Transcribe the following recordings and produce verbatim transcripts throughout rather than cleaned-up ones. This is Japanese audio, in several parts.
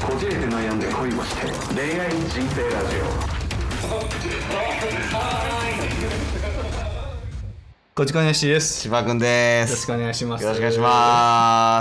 こじれて悩んで恋をして恋愛人生ラジオ。こちかねしです。 柴くんです。 よろしくお願いします。 よろしくお願いします。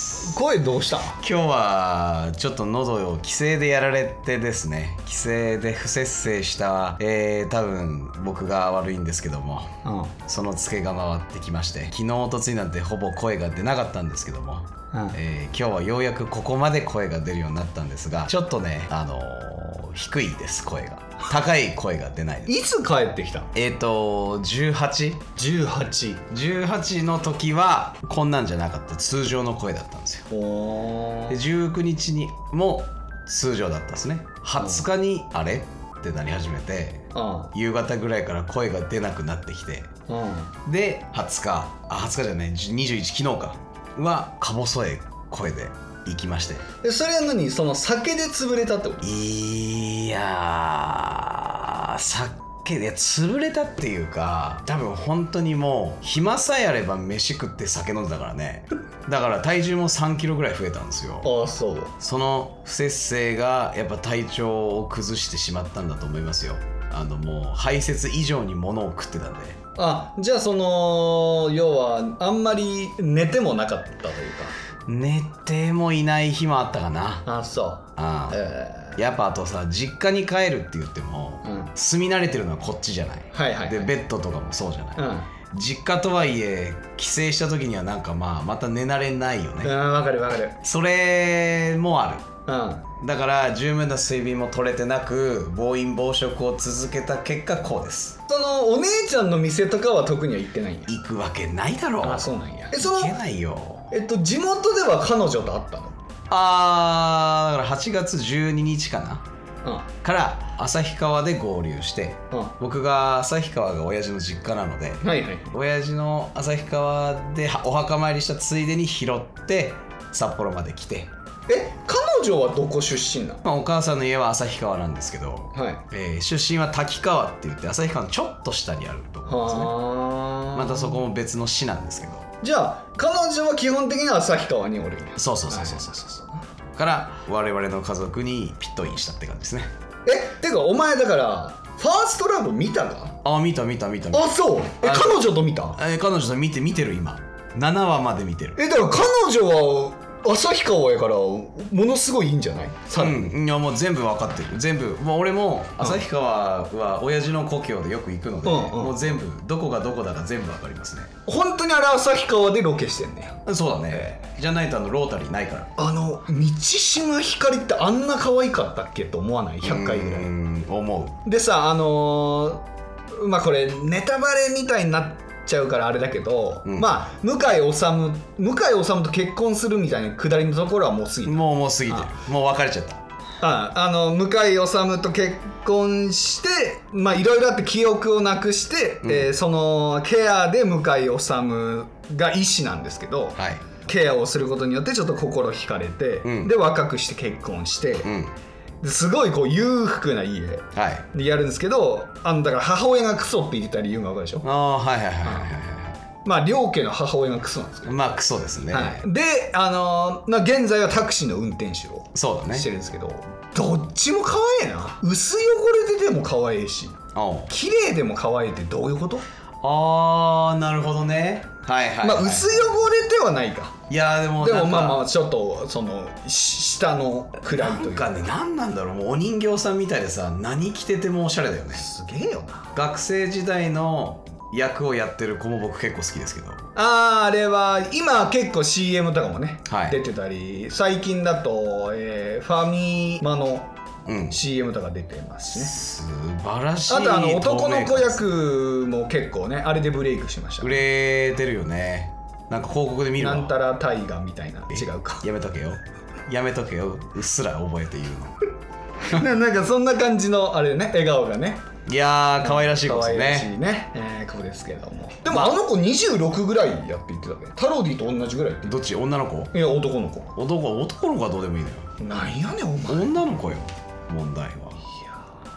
声どうした？ 今日はちょっと喉を帰省でやられてですね、帰省で不摂生した、えー、多分僕が悪いんですけども、うん、そのツケが回ってきまして、昨日おとついなんてほぼ声が出なかったんですけども、うん、えー、今日はようやくここまで声が出るようになったんですが、ちょっとね、あのー、低いです声が。高い声が出ないです。 いつ帰ってきた？ えっとじゅうはちじゅうはちじゅうはちの時はこんなんじゃなかった、通常の声だったんですよ。でじゅうくにちにも通常だったんですね。はつかにあれってなり始めて、夕方ぐらいから声が出なくなってきて、ではつかあはつかじゃないにじゅういち昨日かはか細い声で行きまして。 それは何？その酒で潰れたってこと？ いやー、酒で潰れたっていうか、多分本当にもう暇さえあれば飯食って酒飲んでたからね。だから体重もさんキロぐらい増えたんですよ。 ああ、そう。 その不摂生がやっぱ体調を崩してしまったんだと思いますよ。あのもう排泄以上に物を食ってたんで。 あ、じゃあその要はあんまり寝てもなかったというか。 寝てもいない日もあったかな。 あ、そう。 ああ、えー、やっぱあとさ、実家に帰るって言っても、うん、住み慣れてるのはこっちじゃない。 はいはいはい、 でベッドとかもそうじゃない、うん、実家とはいえ帰省した時にはなんかまあまた寝慣れないよね。 うん、わかるわかる。 それもある。うん、だから十分な睡眠も取れてなく暴飲暴食を続けた結果こうです。 そのお姉ちゃんの店とかは特には行ってないんや。 行くわけないだろう。 あ、そうなんや。 え、その行けないよ。 えっと地元では彼女と会ったの？ あー、だからはちがつじゅうににちかな、うん、から旭川で合流して、うん、僕が旭川が親父の実家なので、はいはい、親父の旭川でお墓参りしたついでに拾って札幌まで来て。 え、彼女はどこ出身なの？ まあ、お母さんの家は旭川なんですけど、はい、えー、出身は滝川って言って旭川のちょっと下にあるところですね。またそこも別の市なんですけど。 じゃあ彼女は基本的には旭川におるんや。 そうそうそうそうそうそう、はい、から我々の家族にピットインしたって感じですね。 え、てかお前だからファーストラブ見たか？ あ、見た見た見た見た。 あ、そう。え、彼女と見た？ え、彼女と見て見てる今。ななわまで見てる。 え、だから彼女は旭川やからものすごいいいんじゃない？ うん、いやもう全部分かってる。全部もう俺も旭川は親父の故郷でよく行くので、うんうん、もう全部どこがどこだか全部分かりますね。 本当にあれ旭川でロケしてんねや。そうだね、えー、じゃないとあのロータリーないから。 あの道島ひかりってあんな可愛かったっけと思わない？ひゃっかいぐらい。うん、 思う。でさ、あのー、まあこれネタバレみたいになってちゃうからあれだけど、うん、まあ向井理向井理と結婚するみたいなくだりのところはもう過ぎてる。 もうもう過ぎてる。もう別れちゃった。 ああの向井理と結婚してまあいろいろあって記憶をなくして、うん、えー、そのケアで向井理が医師なんですけど、はい、ケアをすることによってちょっと心惹かれて、うん、で若くして結婚して、うん、すごいこう裕福な家でやるんですけど、はい、あのだから母親がクソって言ってた理由が分かるでしょ。 ああ、はいはいはいはいはい。 まあ両家の母親がクソなんですけど、 まあクソですね、はい、 で、あのー、現在はタクシーの運転手をしてるんですけど、どっちも可愛いな。薄汚れてても可愛いし綺麗でも可愛いってどういうこと？ あー、なるほどね。はいはい、はい、 まあ薄汚れてはないか。 いやでもでもまあまあちょっとその下の位というか。 なんかね、何なんだろう、もうお人形さんみたいでさ、何着ててもおしゃれだよね。 すげえよな。 学生時代の役をやってる子も僕結構好きですけど。 あー、あれは今結構 シーエム とかもね、はい、出てたり、最近だと、えー、ファミマのうん、シーエム とか出てますしね。 素晴らしい。 あとあの男の子役も結構ね、あれでブレイクしました、ね、 売れてるよね。なんか広告で見るわ。 なんたらタイガーみたいな。違うか。 やめとけよやめとけよ、うっすら覚えているのな, なんかそんな感じのあれね、笑顔がね。 いやー可愛らしい子ですね。 可愛らしいね、えー、子ですけども。でもあの子にじゅうろくぐらいやって言ってたっけ。タロディと同じぐらいって。 どっち？女の子？ いや男の子。 男男の子はどうでもいいのよ。 なんやねんお前。 女の子よ問題は。いや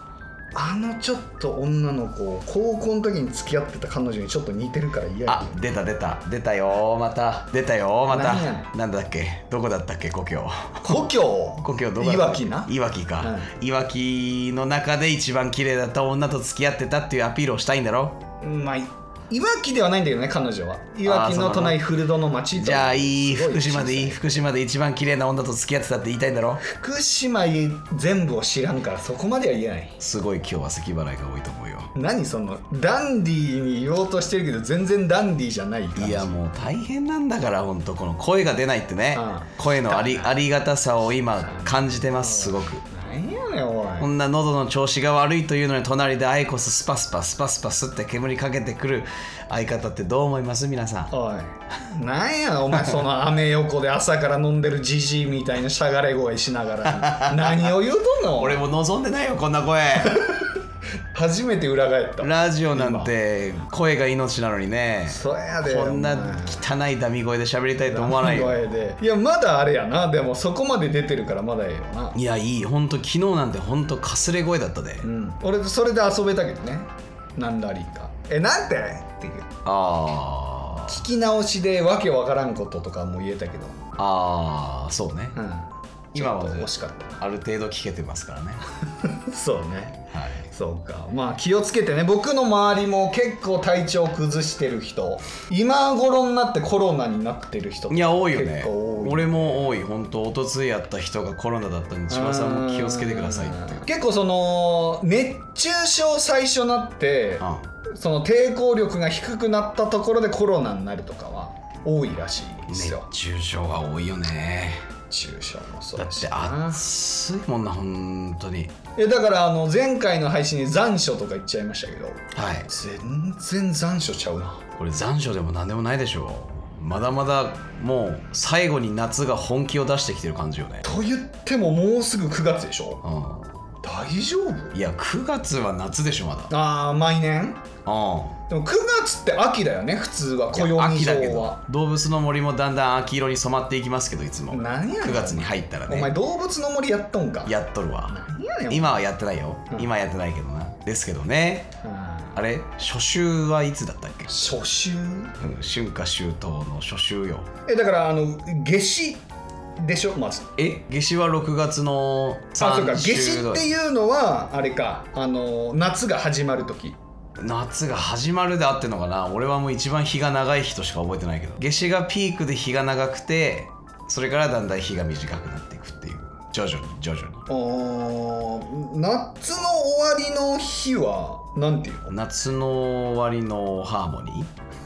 あのちょっと女の子高校の時に付き合ってた彼女にちょっと似てるから嫌や。 あ、出た出た出たよまた出たよまた。 何やねん。 なんだっけ、どこだったっけ、故郷。 故郷故郷どこだった。 いわきな。 いわきか、うん、いわきの中で一番綺麗だった女と付き合ってたっていうアピールをしたいんだろ。 まあいわきではないんだけどね、彼女は。いわきの隣古戸の町と。 じゃあいい福島でいい福島で一番綺麗な女と付き合ってたって言いたいんだろ。 福島全部を知らんからそこまでは言えない。 すごい今日は咳払いが多いと思うよ。 何そのダンディーに言おうとしてるけど全然ダンディーじゃない感じ。 いやもう大変なんだから本当この声が出ないってね、ああ声のあり、ありがたさを今感じてます。すごく。 何やねんおい。 こんな喉の調子が悪いというのに隣でアイコススパスパスパスパスって煙かけてくる相方ってどう思います皆さん。 おいなんやお前そのアメ横で朝から飲んでるジジイみたいなしゃがれ声しながら何を言うとんの。 俺も望んでないよこんな声初めて裏返った。 ラジオなんて声が命なのにね。 そうやで。 こんな汚いダミ声で喋りたいと思わないよ。 ダミ声で。いやまだあれやな。でもそこまで出てるからまだええよな。 いやいい、ほんと昨日なんてほんとかすれ声だったで、 うん、俺それで遊べたけどね。なんだりかえなんてっていう。 ああ聞き直しでわけわからんこととかも言えたけど。 ああそうね、うん、今は惜しかったある程度聞けてますからねそうね、 はい、 そうか。まあ気をつけてね。僕の周りも結構体調崩してる人、今頃になってコロナになってる人、 いや多いよね。俺も多い。本当一昨日やった人がコロナだったんで千葉さんも気をつけてくださいって。 結構その熱中症最初なってその抵抗力が低くなったところでコロナになるとかは多いらしいですよ。 熱中症が多いよね。 熱中症もそうだし。だって暑いもんな本当に。 えだからあの前回の配信に残暑とか言っちゃいましたけど、 はい、 全然残暑ちゃうな。 これ残暑でも何でもないでしょう。まだまだもう最後に夏が本気を出してきてる感じよね。 と言ってももうすぐくがつでしょ、うん、大丈夫？ いやくがつは夏でしょまだ。 ああ毎年。 うんでもくがつって秋だよね普通は。暦上は秋だけど動物の森もだんだん秋色に染まっていきますけどいつも。 何やねんくがつに入ったらね。 お前動物の森やっとんか。 やっとるわ。 何やねん今はやってないよ、うん、今はやってないけどな。ですけどね、うん、あれ初秋はいつだったっけ。 初秋、うん、 春夏秋冬の初秋よ。 えだからあの夏至でしょまず。 え夏至はろくがつのさん週。あそうか夏至っていうのはあれかあの夏が始まる時。 夏が始まるであってんのかな。俺はもう一番日が長い日としか覚えてないけど、夏至がピークで日が長くてそれからだんだん日が短くなっていくっていう。徐々に徐々に。 あ夏の終わりの日はなんていうの。 夏の終わりのハーモニ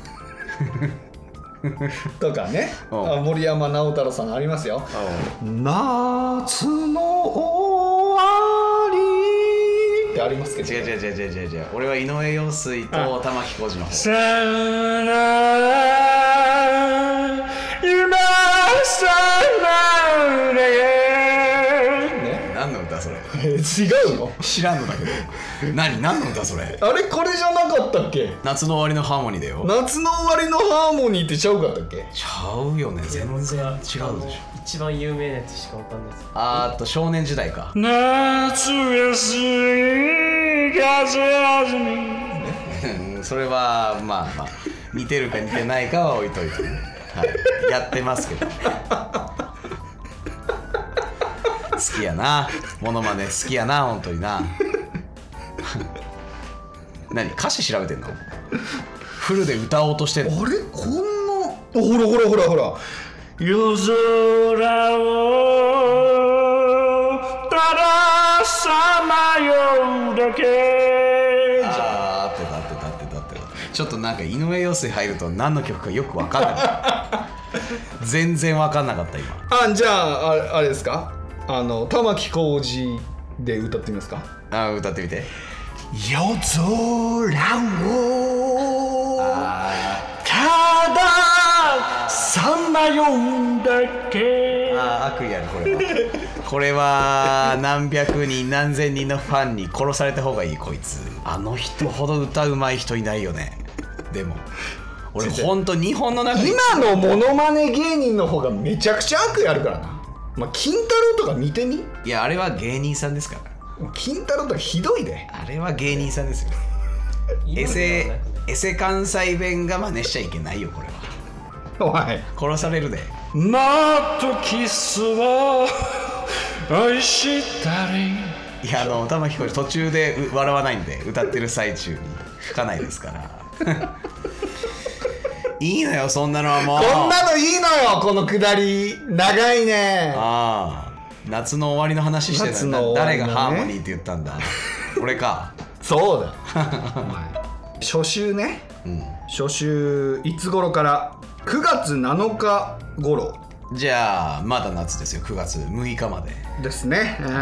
ーとかね、あ森山直太朗さんありますよ。夏の終わりってありますけど。 違う違う違う違う違う。俺は井上陽水と玉置浩二の方。 さよなら今さらね。 何の歌それ。 違うの。 知らんのだけど何何の歌それ。 あれこれじゃなかったっけ。 夏の終わりのハーモニーだよ。 夏の終わりのハーモニーってちゃうかったっけ。 ちゃうよね。全然違うでしょ。 一番有名なやつしかわかんないです。 あーっと少年時代か。 夏休み風味ねそれはまあまあ似てるか似てないかは置いといて、ねはい、やってますけど好きやなモノマネ。好きやな本当にな何歌詞調べてんの。フルで歌おうとしてんの。 あれこんなほらほらほらほら夜空をたださまようだけ。 あーってたってたってたってた。ちょっとなんか井上陽水入ると何の曲かよく分かんない全然分かんなかった今。 あじゃあ あ, あれですかあの玉置浩二で歌ってみますか。 あ歌ってみて。 夜空をたださまようだけ。 あ悪意あるこれはこれは何百人何千人のファンに殺された方がいいこいつ。あの人ほど歌うまい人いないよね。でも俺ほんと日本の中で今のモノマネ芸人の方がめちゃくちゃ悪意あるからな。まあ金太郎とか見てみ。 いやあれは芸人さんですか金太郎とかひどいで。 あれは芸人さんですよ。エセエセ関西弁が真似しちゃいけないよこれは。 おい殺されるで。 もっとキスを愛したり。 いや、あの玉置浩二途中で笑わないんで、歌ってる最中に吹かないですからいいのよそんなのはもう。 こんなのいいのよ、このくだり長いね。 ああ、夏の終わりの話してた、ね、誰がハーモニーって言ったんだ俺か。 そうだお前初秋ね、うん、初秋いつ頃から？くがつなのか頃。 じゃあまだ夏ですよ。くがつむいかまでですね。うん、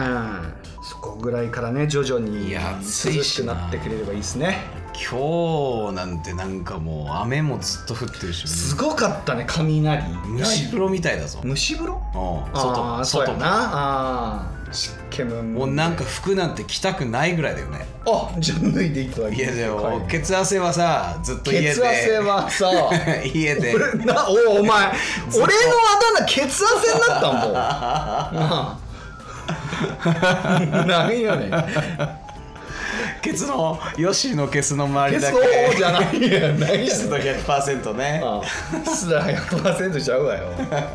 そこぐらいからね徐々に涼しくなってくれればいいですね。 今日なんてなんかもう雨もずっと降ってるし、 すごかったね雷。 蒸し風呂みたいだぞ。 蒸し風呂？ うん、外あそうやな。あ湿気ももうなんか服なんて着たくないぐらいだよね。 あ、じゃあ脱いでいいとはいやでも血汗はさずっと家で。 血汗はさ家でな。おお前俺のあだ名血汗になったんもう何やねんケツのヨッシーのケツの周りだけケツのじゃないやん。何湿度 ひゃくパーセント ね。 ああ湿度 ひゃくパーセント ちゃうわよ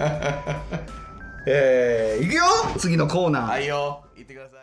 えー、いくよ次のコーナー。 はいよ、行ってください。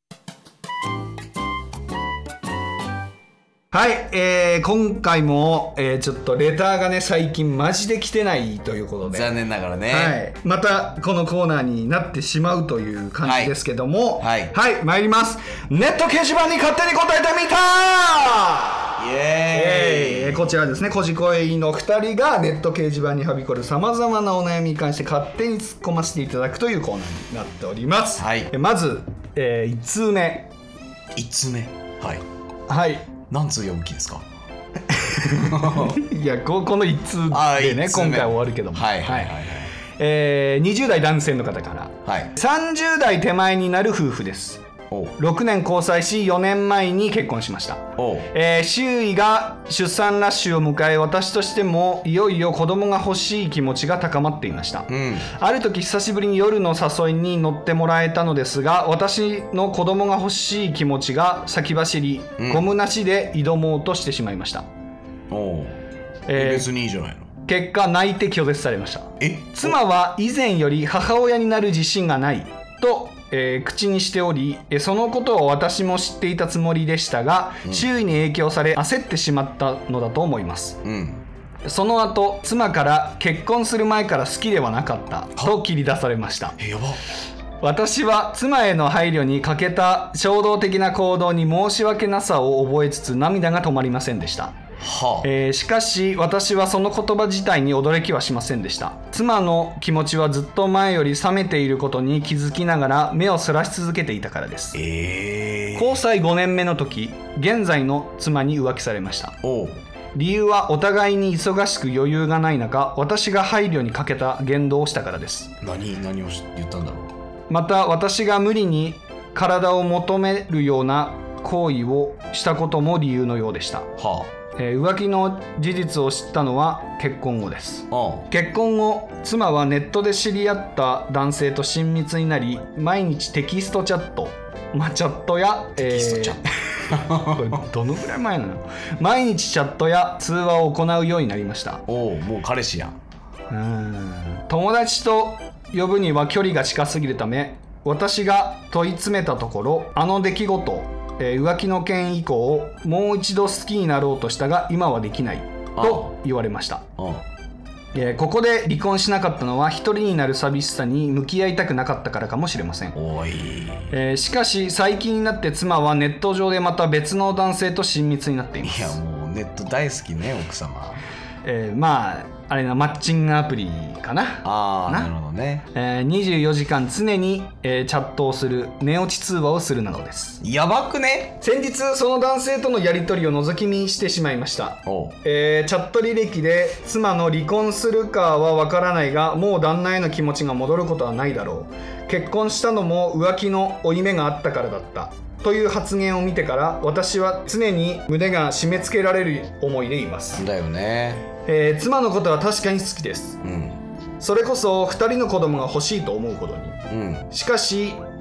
はい、えー、今回も、えー、ちょっとレターがね最近マジで来てないということで残念ながらね、 はい、またこのコーナーになってしまうという感じですけども、はい、はいはい、参ります。ネット掲示板に勝手に答えてみたー。イエーイ、えー、こちらですね、こじこいのふたりがネット掲示板にはびこるさまざまなお悩みに関して勝手に突っ込ませていただくというコーナーになっております、はい、まず、えー、いちつうめいちつうめはいはい何通読む気ですかいや こ, このいっつうでね今回終わるけども、はいはいはいはい、えー、にじゅうだい男性の方から、はい、さんじゅうだい手前になる夫婦です。ろくねん交際しよねんまえに結婚しました。えー、周囲が出産ラッシュを迎え私としてもいよいよ子供が欲しい気持ちが高まっていました、うん、ある時久しぶりに夜の誘いに乗ってもらえたのですが私の子供が欲しい気持ちが先走り、うん、ゴムなしで挑もうとしてしまいました。 お、えー、別にいいじゃないの。 結果泣いて拒絶されました。え妻は以前より母親になる自信がないとえー、口にしており、そのことを私も知っていたつもりでしたが、うん、周囲に影響され焦ってしまったのだと思います、うん、その後妻から結婚する前から好きではなかったと切り出されました。 やば。 私は妻への配慮に欠けた衝動的な行動に申し訳なさを覚えつつ涙が止まりませんでした。はあ、えー、しかし私はその言葉自体に驚きはしませんでした。妻の気持ちはずっと前より冷めていることに気づきながら目をそらし続けていたからです、えー、交際ごねんめの時現在の妻に浮気されました。お理由はお互いに忙しく余裕がない中私が配慮に欠けた言動をしたからです。 何、何を言ったんだろう。 また私が無理に体を求めるような行為をしたことも理由のようでした。はあえー、浮気の事実を知ったのは結婚後です。結婚後妻はネットで知り合った男性と親密になり毎日テキストチャット、まあ、チャットやテキストチャット、 えー、これどのぐらい前なの毎日チャットや通話を行うようになりました。 おお、もう彼氏やん。 うーん友達と呼ぶには距離が近すぎるため私が問い詰めたところあの出来事浮気の件以降もう一度好きになろうとしたが今はできないと言われました。ここで離婚しなかったのは一人になる寂しさに向き合いたくなかったからかもしれません。おい、えー、しかし最近になって妻はネット上でまた別の男性と親密になっています。 いやもうネット大好きね奥様。 えー、まああれなマッチングアプリかな。 ああなるほどね、 えー、にじゅうよじかん常に、えー、チャットをする寝落ち通話をするなどです。 やばくね。 先日その男性とのやり取りを覗き見してしまいました。えー、チャット履歴で妻の離婚するかはわからないがもう旦那への気持ちが戻ることはないだろう、結婚したのも浮気の負い目があったからだったという発言を見てから私は常に胸が締め付けられる思いでいます。 だよね。 えー、妻のことは確かに好きです、うん、それこそふたりの子供が欲しいと思うほどに、うん、しかし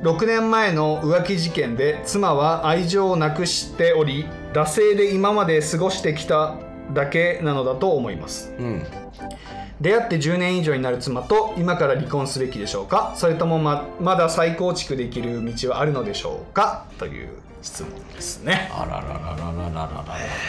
ろくねんまえの浮気事件で妻は愛情をなくしており、惰性で今まで過ごしてきただけなのだと思います、うん、出会ってじゅうねん以上になる妻と今から離婚すべきでしょうか、それとも ま, まだ再構築できる道はあるのでしょうか、という質問ですね。 あららららららららら、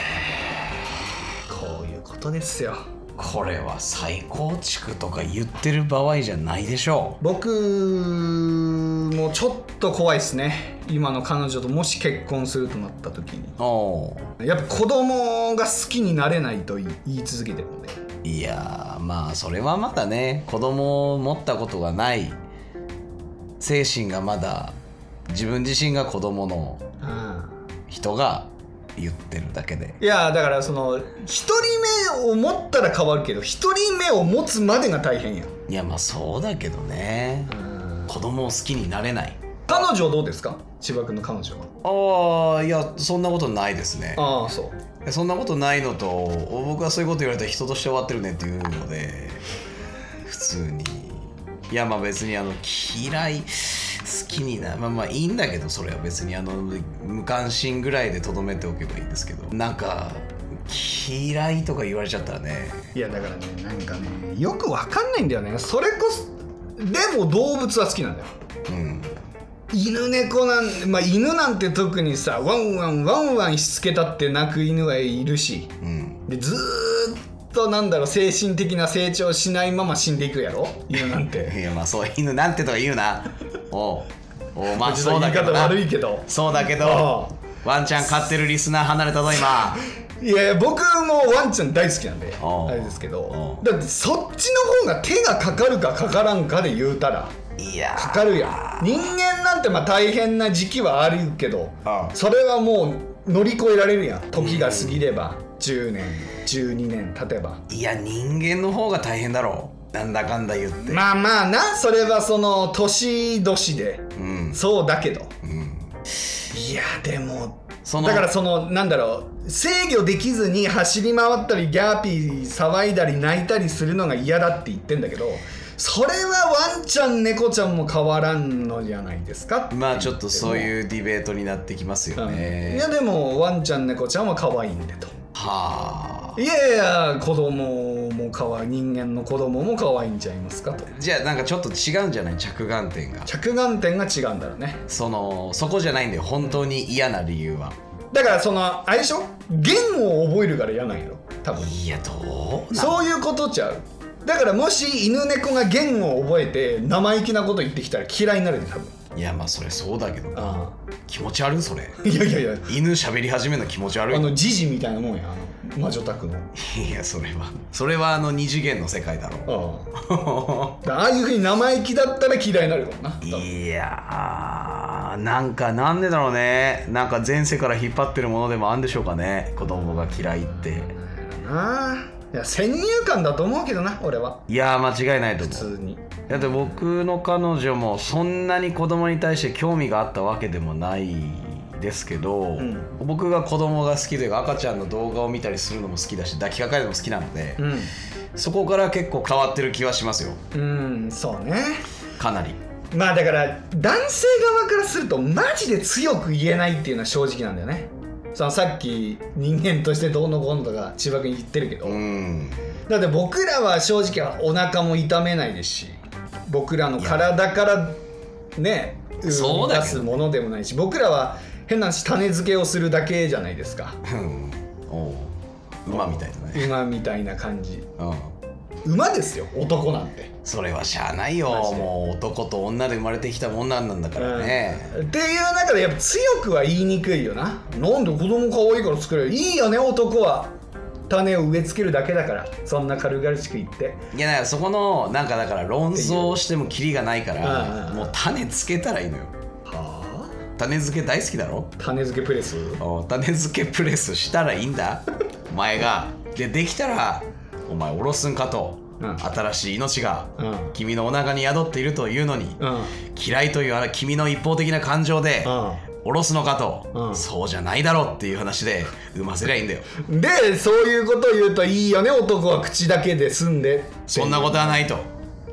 こういうことですよ。 これは再構築とか言ってる場合じゃないでしょう。僕もちょっと怖いですね。今の彼女ともし結婚するとなった時に、おやっぱ子供が好きになれないと言い続けてるので。 いやまあそれはまだね、子供を持ったことがない精神がまだ自分自身が子供の人が言ってるだけで。 いやだからその一人目を持ったら変わるけど、一人目を持つまでが大変や。 いやまあそうだけどね、子供を好きになれない。 彼女どうですか、千葉君の彼女は。ああいやそんなことないですね。 ああそう。 そんなことないのと、僕はそういうこと言われたら人として終わってるねって言うので、普通にいやまあ別にあの嫌い好きになまあまあいいんだけど、それは別にあの無関心ぐらいでとどめておけばいいんですけど、なんか嫌いとか言われちゃったらね。 いやだからね、なんかねよくわかんないんだよね。それこそでも動物は好きなんだよ。うん。犬猫なん、まあ、犬なんて特にさ、ワンワンワンワンしつけたって泣く犬がいるし、うん、でずーっとなんだろう精神的な成長しないまま死んでいくやろ犬なんて。 いやまあそう犬なんてとか言うな。おうおうまあそうだけどな。 言い方悪いけど。 そうだけどワンちゃん飼ってるリスナー離れたぞ今。 いやいや僕もワンちゃん大好きなんであれですけど、だってそっちの方が手がかかるかかからんかで言うたら。いやかかるやん。人間なんてまあ大変な時期はあるけど、ああそれはもう乗り越えられるやん。時が過ぎれば、うん、じゅうねんじゅうにねん経てば。 いや人間の方が大変だろう、なんだかんだ言って。 まあまあな、それはその年年で、うん、そうだけど、うん、いやでもそのだからそのなんだろう、制御できずに走り回ったりギャーピー騒いだり泣いたりするのが嫌だって言ってんだけど、それはワンちゃん猫ちゃんも変わらんのじゃないですか。 まあちょっとそういうディベートになってきますよね、 うん、いやでもワンちゃん猫ちゃんは可愛いんでと。はあ。いやいや子供も可愛い、人間の子供も可愛いんちゃいますかと。 じゃあなんかちょっと違うんじゃない、着眼点が。 着眼点が違うんだろうね。 そのそこじゃないんだよ本当に嫌な理由は。 だからそのあれでしょ、言を覚えるから嫌なんやろ多分。 いやどうそういうことちゃう。だからもし犬猫が言を覚えて生意気なこと言ってきたら嫌いになるで多分。 いやまあそれそうだけどな、気持ち悪いそれ。 いやいやいや犬喋り始めるの気持ち悪い。 あのジジみたいなもんや、あの魔女宅の。 いやそれはそれはあの二次元の世界だろう。 ああああいうふうに生意気だったら嫌いになるかもな。 いやーなんかなんでだろうね、なんか前世から引っ張ってるものでもあるんでしょうかね、子供が嫌いって。 なあ、いや先入観だと思うけどな俺は。 いや間違いないと思う。 普通に。 だって僕の彼女もそんなに子供に対して興味があったわけでもないですけど、うん、僕が子供が好きというか赤ちゃんの動画を見たりするのも好きだし抱きかかえるのも好きなので、うん、そこから結構変わってる気はしますよ。 うんそうね、 かなり。 まあだから男性側からするとマジで強く言えないっていうのは正直なんだよね。そのさっき人間としてどうのこうのとか千葉君言ってるけど、うん、だって僕らは正直はお腹も痛めないですし、僕らの体からね生み出すものでもないし、僕らは変な話種付けをするだけじゃないですか。 お馬みたいなね。 馬みたいな感じ、うん、馬ですよ男なんて。 それはしゃあないよ、もう男と女で生まれてきたもんなんだからね、 うん、っていう中でやっぱ強くは言いにくいよな。なんで子供可愛いから作れる、いいよね男は種を植え付けるだけだから、そんな軽々しく言って。 いやだからそこのなんかだから論争してもキリがないから、もう種付けたらいいのよ。はあ、種付け大好きだろ。 種付けプレス、 種付けプレスしたらいいんだお前が。でできたらお前おろすんかと、うん、新しい命が、うん、君のお腹に宿っているというのに、うん、嫌いというあら君の一方的な感情で、うん下ろすのかと、うん、そうじゃないだろっていう話で産ませりゃいいんだよ。 でそういうことを言うといいよね男は口だけで済んで。 そんなことはないと、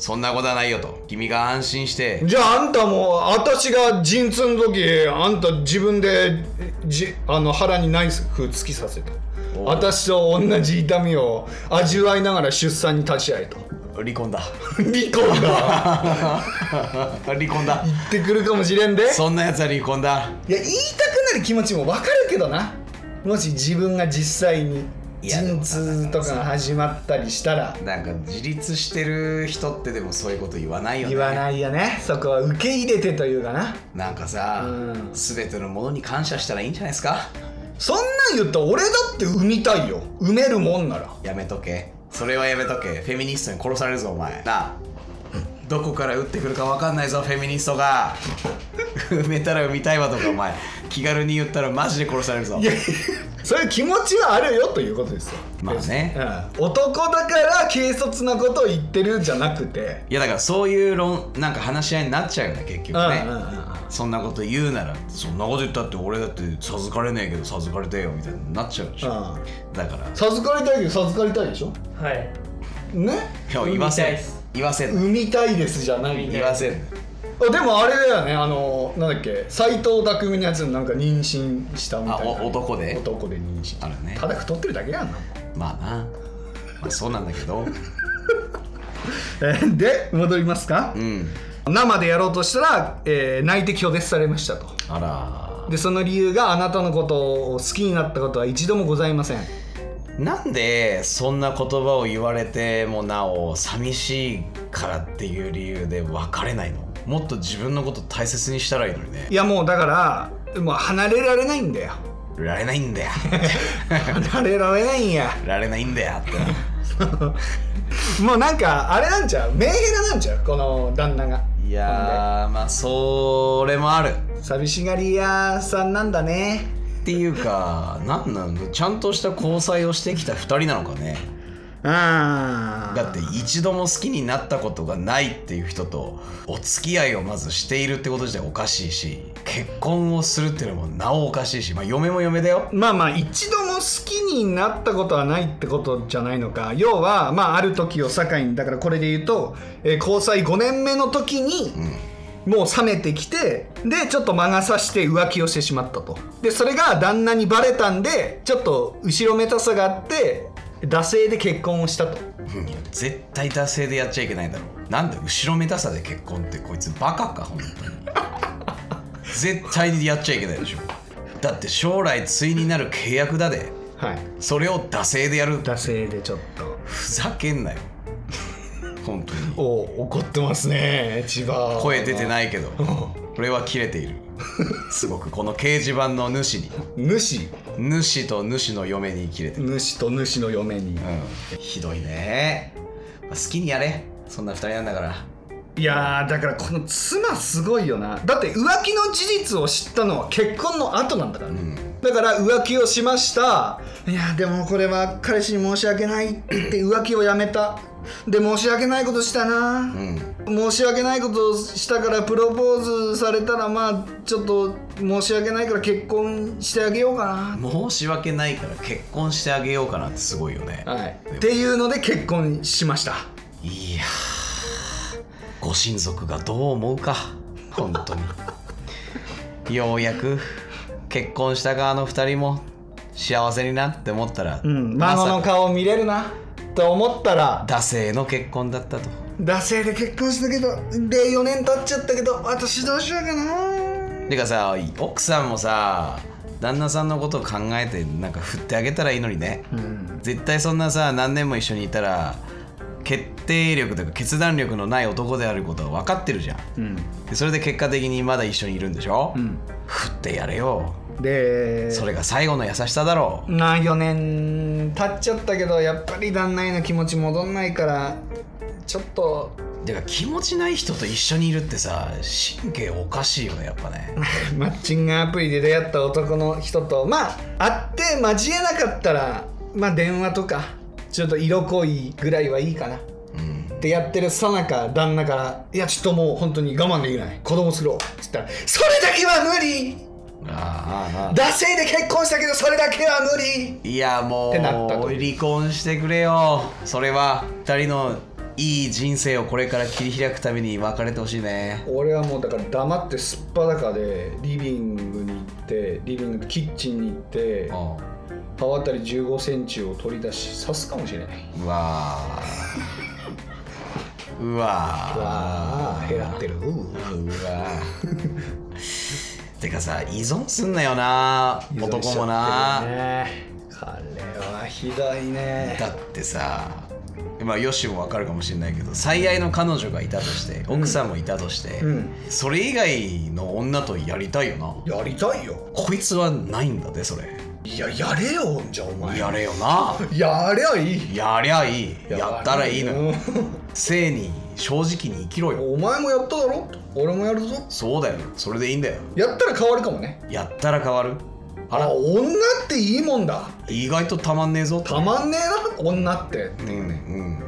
そんなことはないよと。君が安心して。 じゃああんたも私が陣痛の時あんた自分でじあの腹にナイフ突き刺せと。私と同じ痛みを味わいながら出産に立ち会えと。 離婚だ離婚だ離婚だ。 言ってくるかもしれんで。 そんなやつは離婚だ。 いや言いたくなる気持ちも分かるけどな。もし自分が実際に陣痛とかが始まったりしたら。 なんか自立してる人ってでもそういうこと言わないよね。 言わないよね。そこは受け入れてというかな。 なんかさ、うん、全てのものに感謝したらいいんじゃないですか。 そんなん言ったら俺だって産みたいよ。産めるもんなら。 やめとけ。それはやめとけ。フェミニストに殺されるぞお前なあ。どこから撃ってくるか分かんないぞフェミニストが。産めたら産みたいわとかお前気軽に言ったらマジで殺されるぞ。 いやそういう気持ちはあるよということですよ。 まあね、 うん、男だから軽率なことを言ってるんじゃなくて。 いやだからそういう論なんか話し合いになっちゃうよね結局ね、うんうんうん、そんなこと言うならそんなこと言ったって俺だって授かれねえけど授かれてよみたいになっちゃうでしょ、うん、だから授かりたいけど授かりたいでしょ。 はいね。 いや言わせん言わせん産みたいですじゃない。 言わせん。 でもあれだよね、あのなんだっけ斎藤工のやつなんか妊娠したみたいな。 あ男で男で妊娠。 あるね。 ただ太ってるだけやんな。 まあな、まあ、そうなんだけどで戻りますか、うん、生でやろうとしたら、えー、泣いて拒絶されましたと。 あら。 でその理由があなたのことを好きになったことは一度もございません。 なんでそんな言葉を言われてもなお寂しいからっていう理由で別れないの？もっと自分のこと大切にしたらいいのにね。 いやもうだからもう離れられないんだよ。 られないんだよ離れられないんやられないんだよってもうなんかあれなんちゃう、メンヘラなんちゃうこの旦那が。 いやーまあそれもある。 寂しがり屋さんなんだねっていうか、なんなのちゃんとした交際をしてきたふたりなのかね。 あだって一度も好きになったことがないっていう人とお付き合いをまずしているってこと自体おかしいし、結婚をするっていうのもなおおかしいし、まあ嫁も嫁だよ。 まあまあ一度も好きになったことはないってことじゃないのか。要はまあある時を境に、だからこれで言うと、えー、交際ごねんめの時に、うん、もう冷めてきて、でちょっと魔が差して浮気をしてしまったと。でそれが旦那にバレたんでちょっと後ろめたさがあって惰性で結婚をしたと。 うん、絶対惰性でやっちゃいけないだろう。なんで後ろめたさで結婚って、こいつバカか本当に絶対にやっちゃいけないでしょ。だって将来対になる契約だで、はい、それを惰性でやる。 惰性でちょっとふざけんなよ本当に。 お怒ってますね千葉。 声出てないけどこれは切れているすごくこの掲示板の主に主主と主の嫁に切れてる。 主と主の嫁に、うん、 ひどいね、まあ、好きにやれ、そんなふたりなんだから。 いやーだからこの妻すごいよな。だって浮気の事実を知ったのは結婚の後なんだからね、うん、だから浮気をしました。いやでもこれは彼氏に申し訳ないって言って浮気をやめた。で申し訳ないことしたな、うん、申し訳ないことをしたからプロポーズされたらまあちょっと申し訳ないから結婚してあげようかな。申し訳ないから結婚してあげようかなってすごいよね、 はい、っていうので結婚しました。 いやご親族がどう思うか本当にようやく結婚した側のふたりも幸せになって思ったら、 うん、孫の顔見れるなと思ったら惰性の結婚だったと。 惰性で結婚したけどでよねん経っちゃったけど私どうしようかな。 てかさ奥さんもさ旦那さんのことを考えてなんか振ってあげたらいいのにね、うん、絶対そんなさ何年も一緒にいたら決定力というか決断力のない男であることは分かってるじゃん、うん、でそれで結果的にまだ一緒にいるんでしょ、うん、振ってやれよ。でそれが最後の優しさだろう。 なよねん経っちゃったけどやっぱり旦那への気持ち戻んないからちょっと。 てか気持ちない人と一緒にいるってさ神経おかしいよねやっぱねマッチングアプリで出会った男の人とまあ会って交えなかったらまあ電話とかちょっと色濃いぐらいはいいかな、うん、ってやってるさなか旦那からいやちょっともう本当に我慢できない子供作ろうって言ったらそれだけは無理。ああ惰性で結婚したけどそれだけは無理。 いやもうってなったと。離婚してくれよ。それはふたりのいい人生をこれから切り開くために別れてほしいね。 俺はもうだから黙ってすっぱだかでリビングに行ってリビングキッチンに行って刃渡りじゅうごセンチを取り出し刺すかもしれない。 うわーうわーうわー減らってる。うわてかさ依存すんなよな男もな、 ね、彼はひどいね。 だってさまあヨシも分かるかもしれないけど最愛の彼女がいたとして奥さんもいたとして、うん、それ以外の女とやりたいよな。 やりたいよ。 こいつはないんだでそれ。 いややれよじゃあお前。 やれよな。 やりゃいい。 やりゃいい。やったらいいのよ。性に正直に生きろよ。 お前もやっただろ。俺もやるぞ。 そうだよ。それでいいんだよ。 やったら変わるかもね。 やったら変わる。 あら女っていいもんだ。 意外とたまんねえぞ。 たまんねえな女って。 うんうん。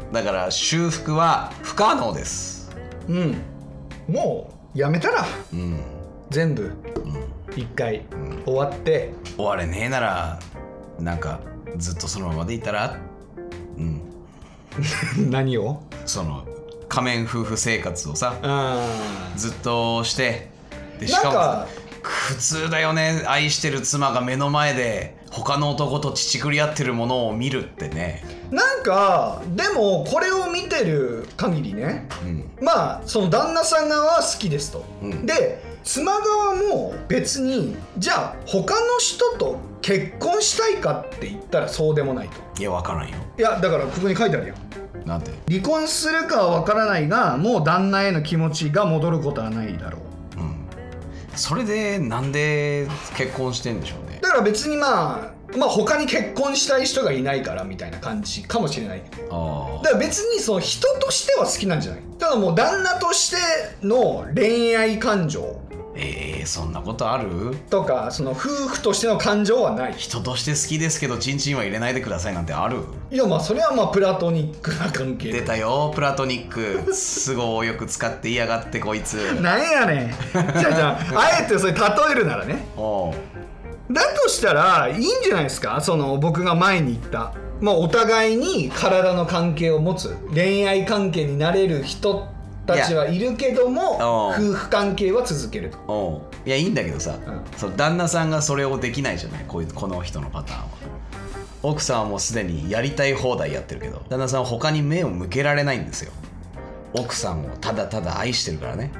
だから修復は不可能です。 うん。もうやめたら。 うん。 全部。うん。一回、うん、終わって終われねえならなんかずっとそのままでいたらうん何をその仮面夫婦生活をさずっとしてでしかも苦痛だよね。愛してる妻が目の前で他の男と乳繰り合ってるものを見るってね。 なんかでもこれを見てる限りね、うん、まあその旦那さん側は好きですと、うん、で妻側も別にじゃあ他の人と結婚したいかって言ったらそうでもないと。 いや分からんよ。 いやだからここに書いてあるよ。 なんて離婚するかは分からないがもう旦那への気持ちが戻ることはないだろう。うん。 それでなんで結婚してんでしょうね。 だから別にまあまあ他に結婚したい人がいないからみたいな感じかもしれない。あだから別にその人としては好きなんじゃない。ただもう旦那としての恋愛感情えー、そんなことあるとかその夫婦としての感情はない。 人として好きですけどチンチンは入れないでくださいなんてある。 いやまあそれはまあプラトニックな関係。 出たよプラトニックすごいよく使って嫌がってこいつなんやねんじゃあじゃああえてそれ例えるならねおだとしたらいいんじゃないですか。その僕が前に言ったまあお互いに体の関係を持つ恋愛関係になれる人たちはいるけども夫婦関係は続けると。 いやいいんだけどさ、うん、そう旦那さんがそれをできないじゃない。こういうこの人のパターンは奥さんはもうすでにやりたい放題やってるけど旦那さんは他に目を向けられないんですよ。奥さんをただただ愛してるからね。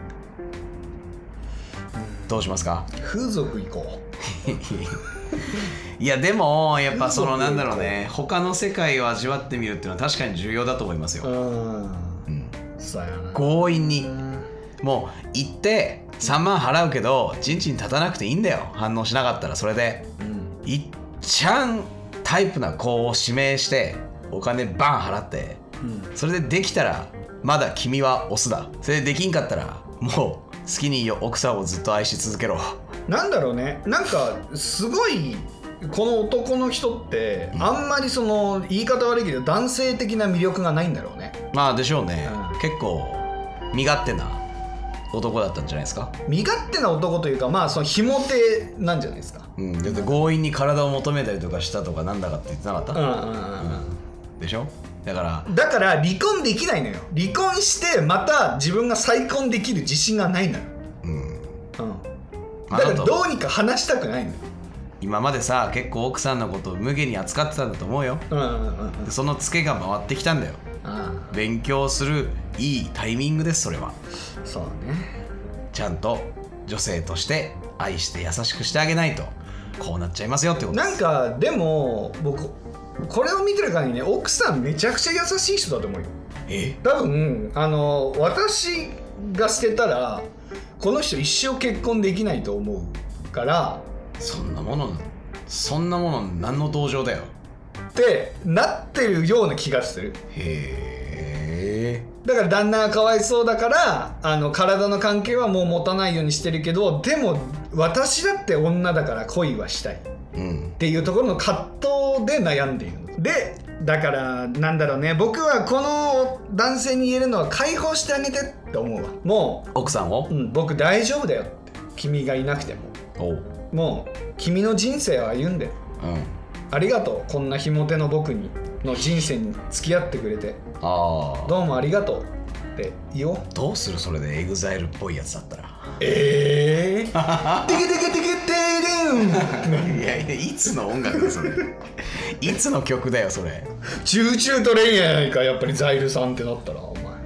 どうしますか。 風俗行こういやでもやっぱそのなんだろうね他の世界を味わってみるっていうのは確かに重要だと思いますよ。うん強引にもう行ってさんまん払うけどチンチン立たなくていいんだよ。反応しなかったらそれで、うん、いっちゃんタイプな子を指名してお金バン払って、うん、それでできたらまだ君はオスだ。それでできんかったらもう好きに奥さんをずっと愛し続けろ。 なんだろうねなんかすごいこの男の人ってあんまりその言い方悪いけど男性的な魅力がないんだろうね。 まあでしょうね、うん、結構身勝手な男だったんじゃないですか。 身勝手な男というかまあそのひも手なんじゃないですか、 うん、だって強引に体を求めたりとかしたとかなんだかって言ってなかった、うんうんうんうん、でしょ。だからだから離婚できないのよ。離婚してまた自分が再婚できる自信がないのよ、うんうん、だからどうにか話したくないのよ。 今までさ結構奥さんのことを無下に扱ってたんだと思うよ、うんうんうんうん、そのツケが回ってきたんだよ、うん、勉強するいいタイミングです。それはそうね。 ちゃんと女性として愛して優しくしてあげないとこうなっちゃいますよってことです。 なんかでも僕これを見てる限りね奥さんめちゃくちゃ優しい人だと思うよ。え多分あの私が捨てたらこの人一生結婚できないと思うからそんなものそんなもの何の同情だよってなってるような気がする。へえ。だから旦那がかわいそうだからあの体の関係はもう持たないようにしてるけどでも私だって女だから恋はしたい、うん、っていうところの葛藤で悩んでいるのでだからなんだろうね僕はこの男性に言えるのは解放してあげてって思うわ。もう奥さんを、 うん、僕大丈夫だよって君がいなくてもおもう君の人生を歩んで、うん、ありがとうこんなひも手の僕にの人生に付き合ってくれてあどうもありがとうって言おう。 どうするそれでエグザイルっぽいやつだったら。 ええー、テケテケテケテレンいやいや、いつの音楽だそれ。いつの曲だよそれ。 チューチュートレインやないか、やっぱりザイルさんってなったらお前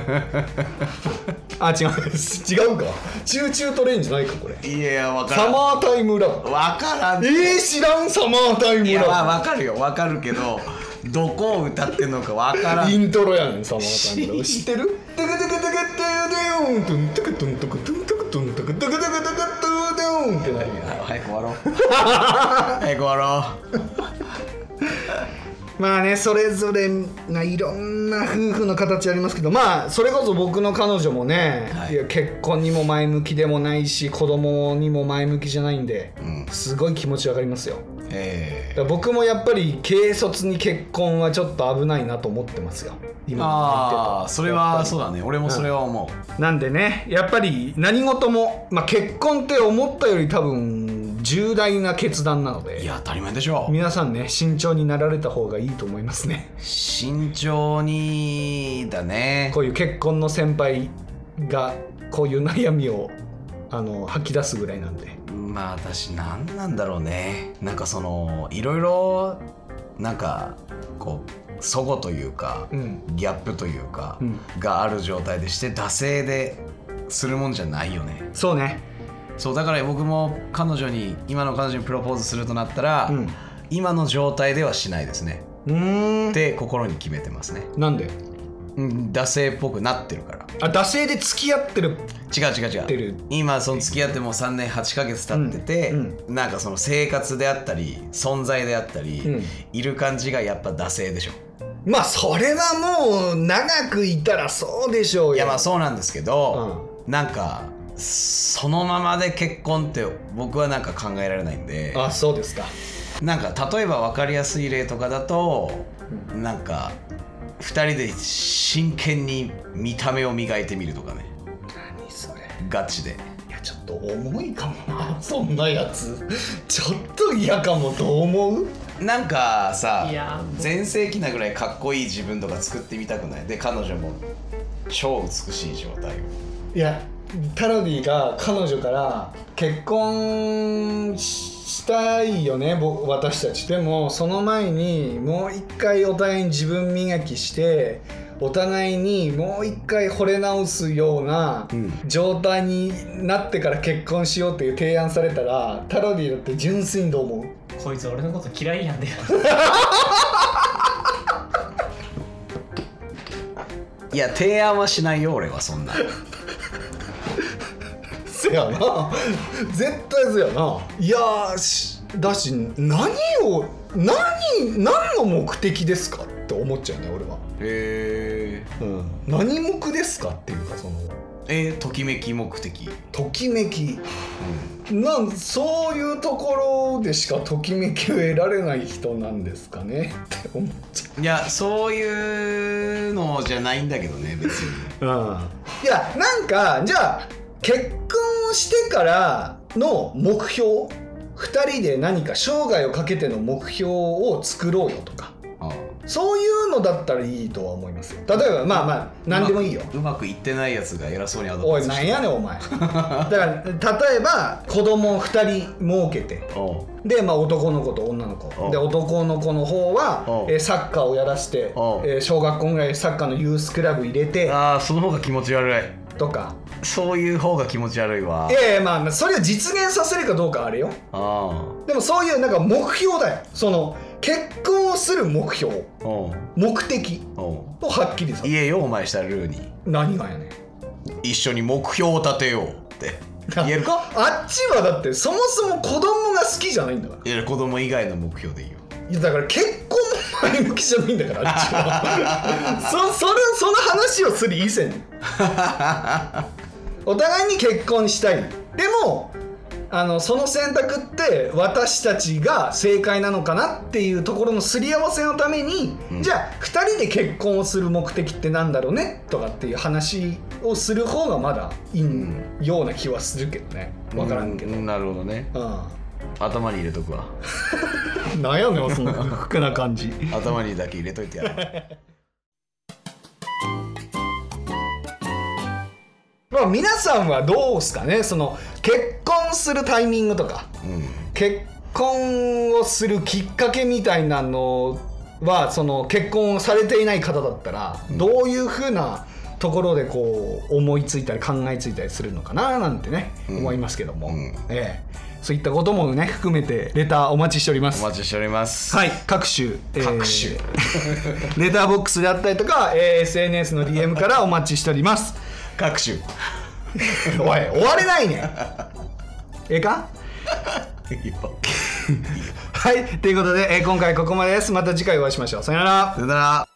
あ、違うです違うか、チューチュートレインじゃないかこれ。 いやいや、分からん。 サマータイムラブ分からん。 えー、知らん。サマータイムラブ。いや、 まあ分かるよ、分かるけどどこを歌ってんのか分からん。 イントロやねん、サマータイムラブ。知ってる？テケテケテケテデヨントゥンテケトゥントクトゥントクトゥントクテケテケテケトゥデヨンってなるやん。 早く終わろう早く終わろうまあね、それぞれないろんな夫婦の形ありますけど、まあそれこそ僕の彼女もね、はい、いや結婚にも前向きでもないし子供にも前向きじゃないんで、うん、すごい気持ちわかりますよ。だから僕もやっぱり軽率に結婚はちょっと危ないなと思ってますよ今の相手と。 ああ、それはそうだね、俺もそれは思う、 うん、なんでね、やっぱり何事も、まあ、結婚って思ったより多分重大な決断なので、 いや当たり前でしょう。 皆さんね、慎重になられた方がいいと思いますね。 慎重にだね。 こういう結婚の先輩がこういう悩みをあの吐き出すぐらいなんで。 まあ私何なんだろうね、なんかそのいろいろなんかこう齟齬というか、うん、ギャップというか、うん、がある状態でして惰性でするもんじゃないよね。 そうね。 そうだから僕も彼女に今の彼女にプロポーズするとなったら、うん、今の状態ではしないですね。うーんって心に決めてますね。 なんで？ うん、惰性っぽくなってるから。 あ、惰性で付き合ってる。 違う違う違う。今その付き合ってもうさんねんはちかげつ経ってて、うんうん、なんかその生活であったり存在であったり、うん、いる感じがやっぱ惰性でしょ。 まあそれはもう長くいたらそうでしょうよ。 いやまあそうなんですけど、うん、なんかそのままで結婚って僕はなんか考えられないんで。 あ、そうですか。 なんか例えば分かりやすい例とかだと、うん、なんかふたりで真剣に見た目を磨いてみるとかね。 何それ。 ガチで。 いやちょっと重いかもなそんなやつ。ちょっと嫌かも。どう思う？ なんかさ、全盛期なぐらいかっこいい自分とか作ってみたくない？で彼女も超美しい状態を。 いやタロディが彼女から結婚したいよね私たち。でもその前にもう一回お互いに自分磨きしてお互いにもう一回惚れ直すような状態になってから結婚しようっていう提案されたら、タロディだって純粋にどう思う？ こいつ俺のこと嫌いやんでいや提案はしないよ俺はそんなせやな絶対せやな。いやーだし何を何何の目的ですかって思っちゃうね俺は。 へえ、 うん、何目ですかっていうかそのえー、ときめき目的。 ときめき、うん、なんそういうところでしかときめきを得られない人なんですかねって思っちゃう。 いやそういうのじゃないんだけどね別に、 うん、いやなんかじゃあ結婚してからの目標、ふたりで何か生涯をかけての目標を作ろうよとか、ああそういうのだったらいいとは思いますよ。例えばまあまあ何でもいいよ。 うまくいってないやつが偉そうにアドバイスして。 おいなんやねんお前だから例えば子供をふたり設けてで、まあ、男の子と女の子で男の子の方はえサッカーをやらして、え小学校ぐらいサッカーのユースクラブ入れて。 ああその方が気持ち悪いとか。 そういう方が気持ち悪いわ。 いやいやまあそれを実現させるかどうかあれよ。あでもそういうなんか目標だよ。その結婚をする目標、目的をはっきりさ言えよお前したルーに。 何がやねん。 一緒に目標を立てようって言えるかあっちはだってそもそも子供が好きじゃないんだから。 いや子供以外の目標でいいよ。 いやだから結婚も前向きじゃないんだからあっちはそ, そ, れその話をする以前お互いに結婚したい。でもあのその選択って私たちが正解なのかなっていうところのすり合わせのために、うん、じゃあふたりで結婚をする目的ってなんだろうねとかっていう話をする方がまだいいような気はするけどね。分からんけど、 うん、なるほどね、 うん、 頭に入れとくわ。 なんやねんその服な感じ。 頭にだけ入れといてやる。 まあ皆さんはどうすかね、その結婚するタイミングとか、うん、結婚をするきっかけみたいなのは、その結婚されていない方だったら、うん、どういう風なところでこう思いついたり考えついたりするのかななんてね、うん、思いますけども、うん、ええ、そういったこともね含めてレターお待ちしております。 お待ちしております。 はい、各種各種、えー、レターボックスであったりとか、えー、エスエヌエス の ディーエム からお待ちしております。 各種。 おい、終われないね。ええか。はい、ということで、えー、今回ここまでです。また次回お会いしましょう。さよなら。 さよなら。